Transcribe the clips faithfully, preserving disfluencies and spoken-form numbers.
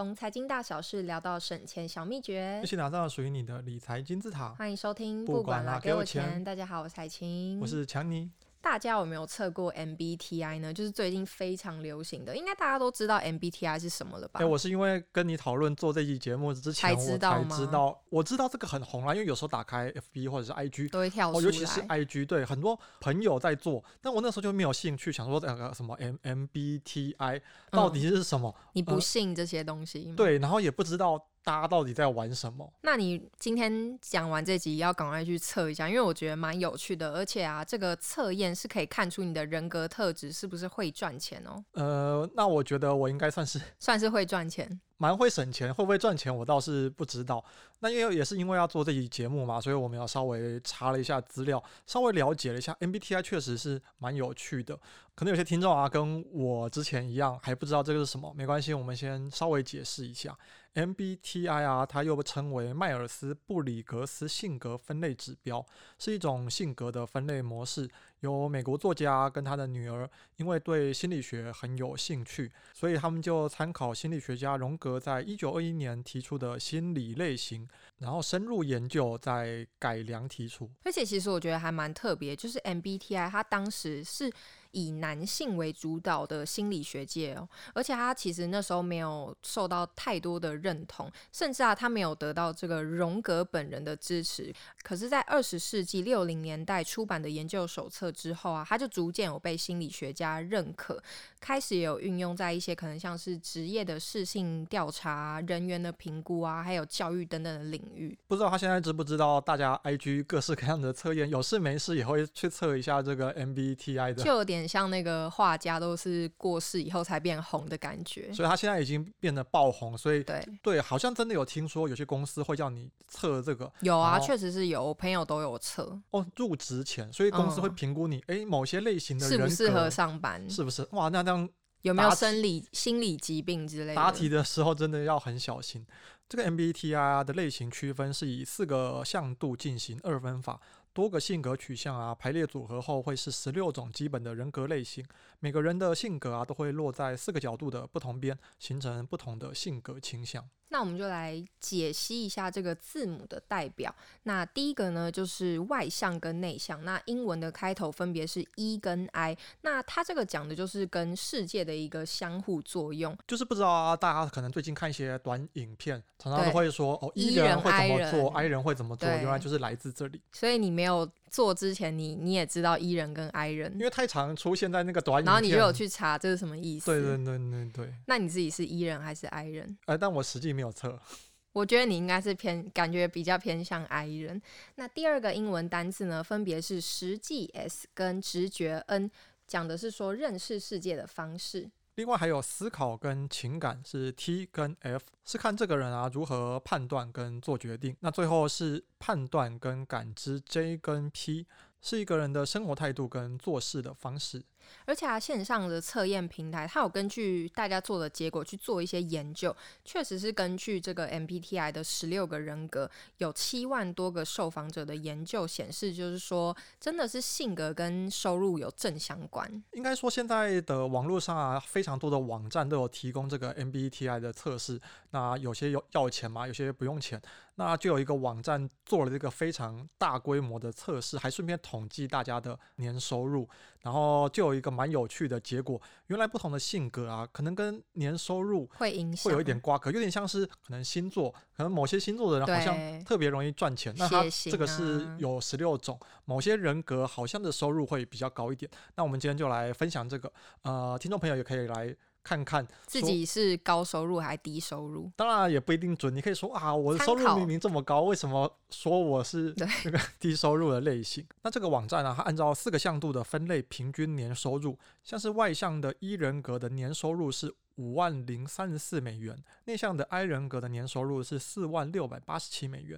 从财经大小事聊到省钱小秘诀， 一起打造属于你的理财金字塔。 欢迎收听不管啦给我啦给我钱。 钱大家好，我是彩晴， 我是强尼。 大家有没有测过 M B T I 呢？就是最近非常流行的，应该大家都知道 M B T I 是什么了吧？ 欸、我是因为跟你讨论做这期节目之前， 才知道吗？ 我才知道，我知道这个很红啦，因为有时候打开 F B 或者是 I G 都会跳出来、 哦，尤其是 I G， 对，很多朋友在做，但我那时候就没有兴趣，想说那个什么 M M B T I 到底是什么？ 嗯、你不信这些东西吗、 呃？对，然后也不知道大家到底在玩什么。 那你今天讲完这集要赶快去测一下，因为我觉得蛮有趣的，而且啊，这个测验是可以看出你的人格特质是不是会赚钱哦。 呃，那我觉得我应该算是算是会赚钱， 蛮会省钱，会不会赚钱我倒是不知道。那因为也是因为要做这期节目嘛，所以我们要稍微查了一下资料，稍微了解了一下 M B T I， 确实是蛮有趣的。可能有些听众啊跟我之前一样还不知道这个是什么，没关系，我们先稍微解释一下。M B T I 啊，它又称为迈尔斯布里格斯性格分类指标，是一种性格的分类模式。由美国作家跟他的女儿因为对心理学很有兴趣，所以他们就参考心理学家荣格在一九二一年提出的心理类型，然后深入研究再改良提出。 而且其实我觉得还蛮特别，就是 M B T I 它当时是以男性为主导的心理学界哦，而且它其实那时候没有受到太多的认同，甚至啊，他没有得到这个荣格本人的支持。可是在二十世纪六零年代出版的研究手册之后啊，他就逐渐有被心理学家认可，开始也有运用在一些可能像是职业的适性调查、人员的评估啊，还有教育等等的领域。 不知道他现在知不知道大家 I G 各式各样的测验，有事没事也会去测一下这个 M B T I 的， 就有点像那个画家都是过世以后才变红的感觉。 所以他现在已经变得爆红，所以对对，好像真的有听说有些公司会叫你测这个。 有啊，确实是有，我朋友都有测哦，入职前，所以公司会评估你，哎、嗯，某些类型的人格适不适合上班， 是不是？哇，那这样有没有生理、心理疾病之类的？ 答题的时候真的要很小心。这个 M B T I 的类型区分是以四个向度进行二分法，多个性格取向啊排列组合后会是十六种基本的人格类型，每个人的性格啊都会落在四个角度的不同边，形成不同的性格倾向。 那我们就来解析一下这个字母的代表。那第一个呢，就是外向跟内向。那英文的开头分别是 E 跟 I。那它这个讲的就是跟世界的一个相互作用。 就是不知道啊，大家可能最近看一些短影片，常常都会说哦 ，E 人会怎么做 ，I 人会怎么做，原来就是来自这里。 所以你没有做之前你，你也知道 E 人跟 I 人， 因为太常出现在那个短影片， 然后你就有去查这是什么意思。 对对对对对。 那你自己是 E 人还是 I 人？ 呃，但我实际没有测。 我觉得你应该是偏感觉比较偏向 I 人。那第二个英文单字呢，分别是实际 S 跟直觉 N， 讲的是说认识世界的方式。 另外还有思考跟情感是 T 跟 F， 是看这个人啊如何判断跟做决定。那最后是判断跟感知 J 跟 P， 是一个人的生活态度跟做事的方式。 而且啊，线上的测验平台它有根据大家做的结果去做一些研究，确实是根据这个 M B T I 的十六个人格，有七万多个受访者的研究显示，就是说真的是性格跟收入有正相关。 应该说现在的网络上啊，非常多的网站都有提供这个 M B T I 的测试，那有些有要钱嘛，有些不用钱。那就有一个网站做了这个非常大规模的测试，还顺便统计大家的年收入，然后就有一个蛮有趣的结果，原来不同的性格啊，可能跟年收入会影响， 会有一点瓜葛，有点像是可能星座，可能某些星座的人好像特别容易赚钱，那他这个是有十六种，某些人格好像的收入会比较高一点。那我们今天就来分享这个，呃，听众朋友也可以来看看自己是高收入还是低收入， 当然也不一定准。你可以说啊，我的收入明明这么高，为什么说我是那个低收入的类型？那这个网站啊，它按照四个向度的分类平均年收入，像是外向的 E 人格的年收入是五万零三十四美元，内向的 I 人格的年收入是四万六百八十七美元。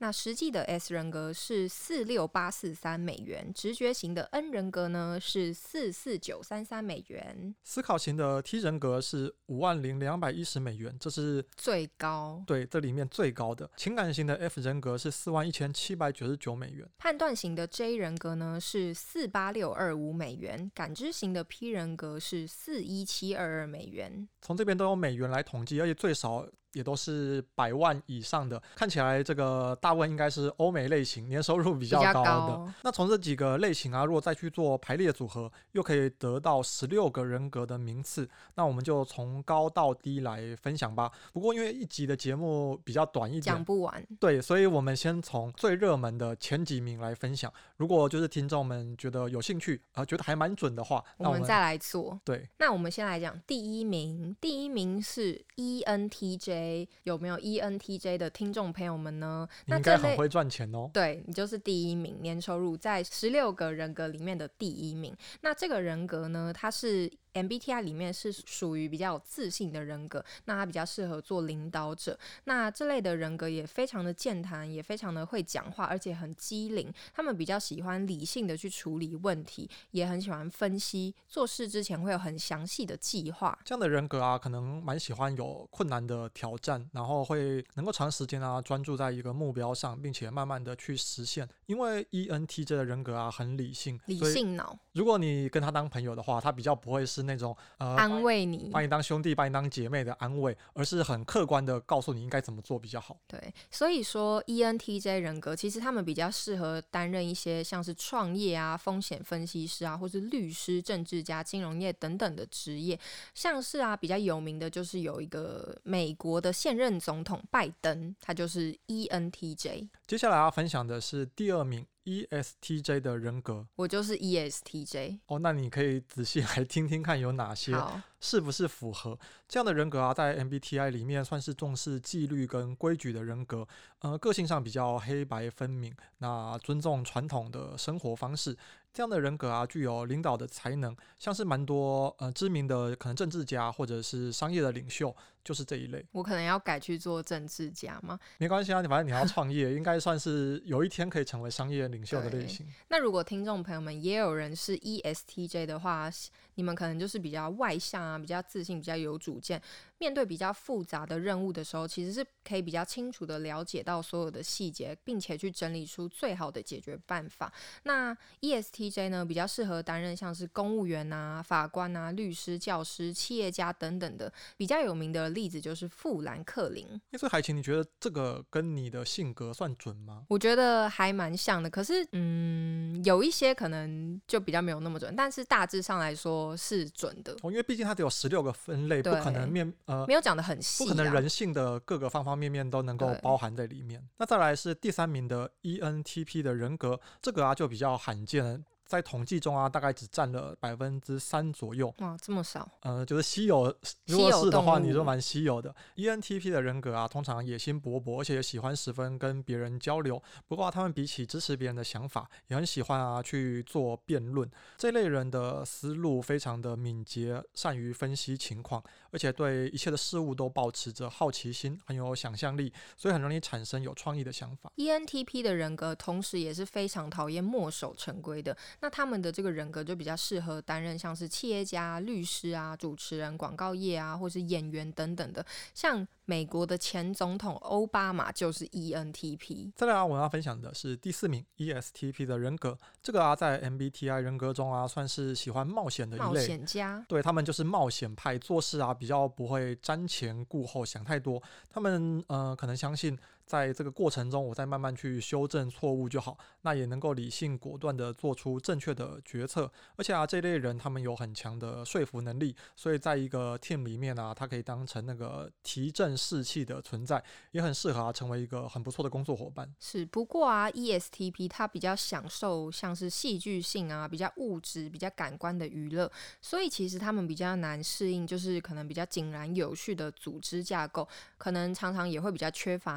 那实际的 S 人格是四六八四三美元，直觉型的 N 人格呢是四四九三三美元， 思考型的 T 人格是五万零两百一十美元，这是最高。 对，这里面最高的。情感型的 F 人格是四万一千七百九十九美元。 判断型的 J 人格呢是四八六二五美元，感知型的 P 人格是四一七二二美元。 从这边都用美元来统计，而且最少也都是百万以上的，看起来这个大部分应该是欧美类型，年收入比较高的。 比较高。 那从这几个类型啊，如果再去做排列组合，又可以得到十六个人格的名次。那我们就从高到低来分享吧。不过因为一集的节目比较短一点， 讲不完。 对，所以我们先从最热门的前几名来分享。如果就是听众们觉得有兴趣，呃，觉得还蛮准的话，那我们我们再来做。 对， 那我们先来讲第一名，第一名是 E N T J， 有没有 E N T J 的听众朋友们呢？ 你应该很会赚钱哦。 对，你就是第一名，年收入在十六个人格里面的第一名。那这个人格呢，它是M B T I 里面是属于比较有自信的人格，那他比较适合做领导者。那这类的人格也非常的健谈，也非常的会讲话，而且很机灵。他们比较喜欢理性的去处理问题，也很喜欢分析，做事之前会有很详细的计划。 这样的人格啊，可能蛮喜欢有困难的挑战，然后会能够长时间啊专注在一个目标上，并且慢慢的去实现。因为 E N T J 的人格啊很理性， 理性脑。 如果你跟他当朋友的话，他比较不会是那种呃安慰你， 把你当兄弟、把你当姐妹的安慰，而是很客观的告诉你应该怎么做比较好。 对，所以说 E N T J 人格其实他们比较适合担任一些像是创业啊、风险分析师啊，或是律师、政治家、金融业等等的职业。像是啊比较有名的就是有一个美国的现任总统拜登，他就是 E N T J。 接下来要分享的是第二名E S T J 的人格， 我就是 E S T J。 哦，那你可以仔细来听听看有哪些是不是符合这样的人格啊。在 M B T I 里面算是重视纪律跟规矩的人格，呃，个性上比较黑白分明，那尊重传统的生活方式。这样的人格啊，具有领导的才能，像是蛮多呃知名的可能政治家或者是商业的领袖，就是这一类。 我可能要改去做政治家吗？ 没关系啊，反正你要创业，应该算是有一天可以成为商业领袖的类型。 那如果听众朋友们也有人是 E S T J 的话，你们可能就是比较外向啊，比较自信，比较有主见。面对比较复杂的任务的时候，其实是可以比较清楚的了解到所有的细节，并且去整理出最好的解决办法。那 E S T J 呢，比较适合担任像是公务员啊、法官啊、律师、教师、企业家等等的。比较有名的例子就是富兰克林。 欸，所以海晴，你觉得这个跟你的性格算准吗？ 我觉得还蛮像的，可是嗯，有一些可能就比较没有那么准，但是大致上来说是准的。 哦，因为毕竟它只有十六个分类，不可能面呃没有讲得很细，啊， 不可能人性的各个方方面面都能够包含在里面。那再来是第三名的 E N T P 的人格，这个啊就比较罕见了。在统计中啊，大概只占了百分之三左右。 哇，这么少？ 呃，就是稀有。如果是的话，你就蛮稀有的。E N T P 的人格啊，通常野心勃勃，而且也喜欢十分跟别人交流。不过、啊、他们比起支持别人的想法，也很喜欢啊去做辩论。这类人的思路非常的敏捷，善于分析情况，而且对一切的事物都保持着好奇心，很有想象力，所以很容易产生有创意的想法。 E N T P 的人格同时也是非常讨厌墨守成规的。那他们的这个人格就比较适合担任像是企业家、律师啊、主持人、广告业啊，或是演员等等的。像美国的前总统奥巴马就是 E N T P。 再来啊，我要分享的是第四名 E S T P 的人格。这个啊，在 M B T I 人格中啊，算是喜欢冒险的一类。 冒险家。 对，他们就是冒险派，做事啊比较不会瞻前顾后，想太多。他们呃可能相信在这个过程中，我再慢慢去修正错误就好，那也能够理性果断的做出正确的决策。而且啊，这类人他们有很强的说服能力，所以在一个 team 里面啊，他可以当成那个提振士气的存在，也很适合啊成为一个很不错的工作伙伴。 是，不过啊 E S T P 他比较享受像是戏剧性啊、比较物质、比较感官的娱乐，所以其实他们比较难适应，就是可能比较井然有序的组织架构，可能常常也会比较缺乏耐心。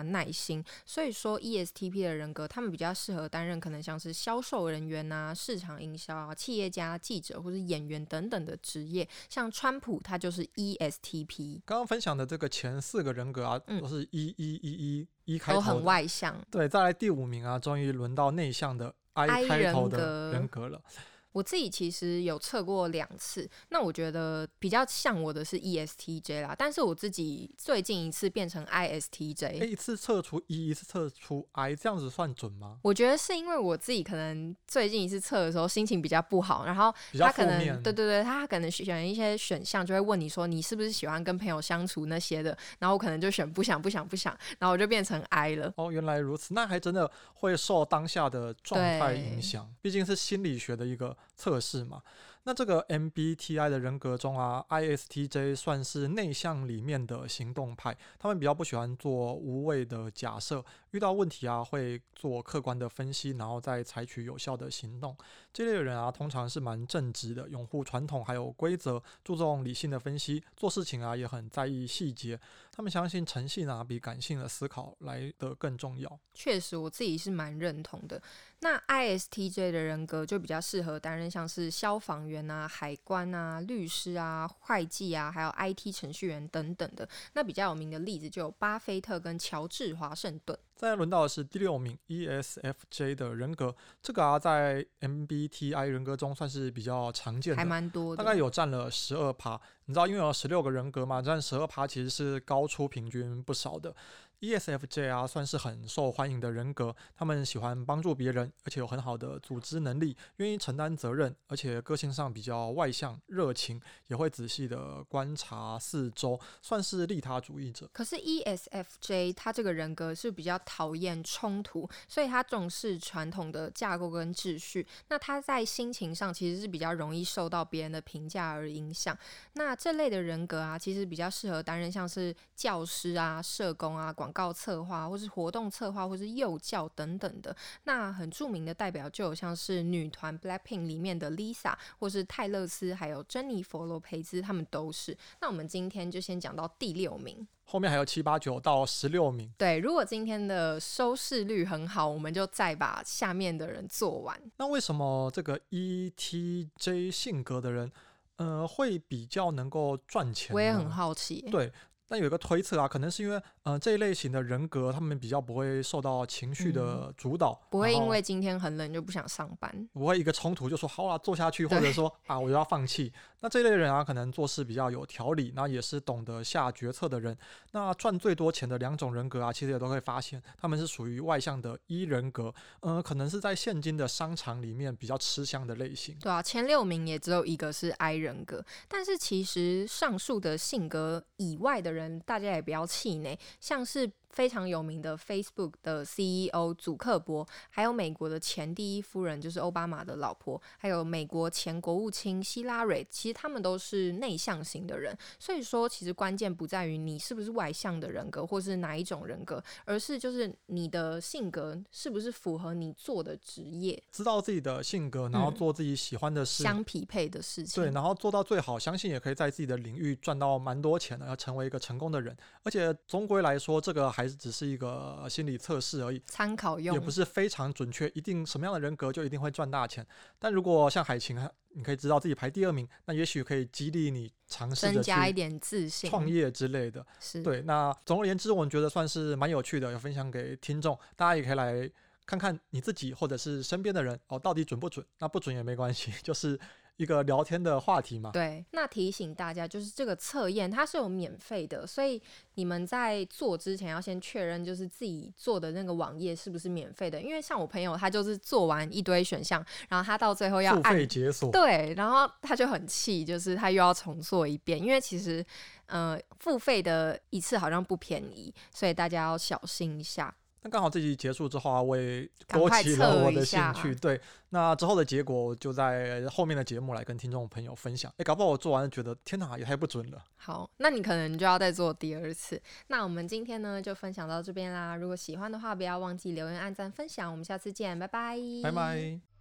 心，所以说 E S T P 的人格他们比较适合担任可能像是销售人员啊、市场营销啊、企业家、记者或是演员等等的职业。像川普他就是 E S T P。 刚刚分享的这个前四个人格啊，嗯、都是一一一一一开头的， 都很外向。 对，再来第五名啊，终于轮到内向的 I 开头的人格了。 我自己其实有测过两次，那我觉得比较像我的是 E S T J 啦，但是我自己最近一次变成 I S T J。 欸、一次测出 E， 一次测出 I， 这样子算准吗？ 我觉得是因为我自己可能最近一次测的时候心情比较不好，然后他可能对对对，他可能选一些选项就会问你说你是不是喜欢跟朋友相处那些的，然后我可能就选不想不想不想，然后我就变成 I 了。 哦，原来如此，那还真的会受当下的状态影响，毕竟是心理学的一个测试嘛。那这个 M B T I 的人格中啊 I S T J 算是内向里面的行动派，他们比较不喜欢做无谓的假设，遇到问题啊会做客观的分析，然后再采取有效的行动。这类的人啊通常是蛮正直的，拥护传统还有规则，注重理性的分析，做事情啊也很在意细节。他们相信诚信啊比感性的思考来得更重要。 确实我自己是蛮认同的。那 I S T J 的人格就比较适合担任像是消防员啊、海关啊、律师啊、会计啊，还有 I T 程序员等等的。那比较有名的例子就有巴菲特跟乔治华盛顿。 再来轮到的是第六名 E S F J 的人格，这个啊在 M B T I 人格中算是比较常见的， 还蛮多的， 大概有占了 百分之十二。 你知道因为有十六个人格嘛，占 百分之十二 其实是高出平均不少的。E S F J 啊算是很受欢迎的人格，他们喜欢帮助别人，而且有很好的组织能力，愿意承担责任，而且个性上比较外向热情，也会仔细的观察四周，算是利他主义者。 可是 E S F J 他这个人格是比较讨厌冲突，所以他重视传统的架构跟秩序，那他在心情上其实是比较容易受到别人的评价而影响。那这类的人格啊其实比较适合担任像是教师啊、社工啊、广告策划或是活动策划或是幼教等等的。那很著名的代表就有像是女团 Blackpink 里面的 Lisa 或是泰勒斯还有珍妮佛罗培兹，他们都是。那我们今天就先讲到第六名， 后面还有七八九到十六名。 对，如果今天的收视率很好，我们就再把下面的人做完。 那为什么这个 E T J 性格的人呃，会比较能够赚钱呢？ 我也很好奇。 对，但有一个推测啊，可能是因为呃这一类型的人格，他们比较不会受到情绪的主导， 嗯、不会因为今天很冷就不想上班， 不会一个冲突就说好啦做下去，或者说啊我就要放弃。那这一类人啊，可能做事比较有条理，那也是懂得下决策的人。那赚最多钱的两种人格啊，其实也都会发现他们是属于外向的 E 人格，呃，可能是在现今的商场里面比较吃香的类型。 对啊，前六名也只有一个是 I 人格，但是其实上述的性格以外的人，大家也不要气馁，像是非常有名的 Facebook 的 C E O 祖克伯，还有美国的前第一夫人就是奥巴马的老婆，还有美国前国务卿希拉蕊，其实他们都是内向型的人。所以说其实关键不在于你是不是外向的人格或是哪一种人格，而是就是你的性格是不是符合你做的职业， 知道自己的性格，然后做自己喜欢的事、 嗯、相匹配的事情， 对，然后做到最好，相信也可以在自己的领域赚到蛮多钱的，要成为一个成功的人。而且总归来说，这个还是只是一个心理测试而已， 参考用， 也不是非常准确，一定什么样的人格就一定会赚大钱。但如果像海晴，你可以知道自己排第二名，那也许可以激励你尝试增加一点自信， 创业之类的。 是， 对。那总而言之，我觉得算是蛮有趣的，有分享给听众，大家也可以来看看你自己或者是身边的人哦，到底准不准？那不准也没关系，就是一个聊天的话题嘛。 对，那提醒大家，就是这个测验它是有免费的，所以你们在做之前要先确认，就是自己做的那个网页是不是免费的。因为像我朋友，他就是做完一堆选项，然后他到最后要按付费解锁， 对，然后他就很气，就是他又要重做一遍，因为其实呃付费的一次好像不便宜，所以大家要小心一下。 那刚好这集结束之后啊，我也勾起了我的兴趣。对，那之后的结果就在后面的节目来跟听众朋友分享。哎，搞不好我做完觉得天哪，也太不准了。 好，那你可能就要再做第二次。那我们今天呢就分享到这边啦。如果喜欢的话，不要忘记留言、按赞、分享。我们下次见，拜拜， 拜拜。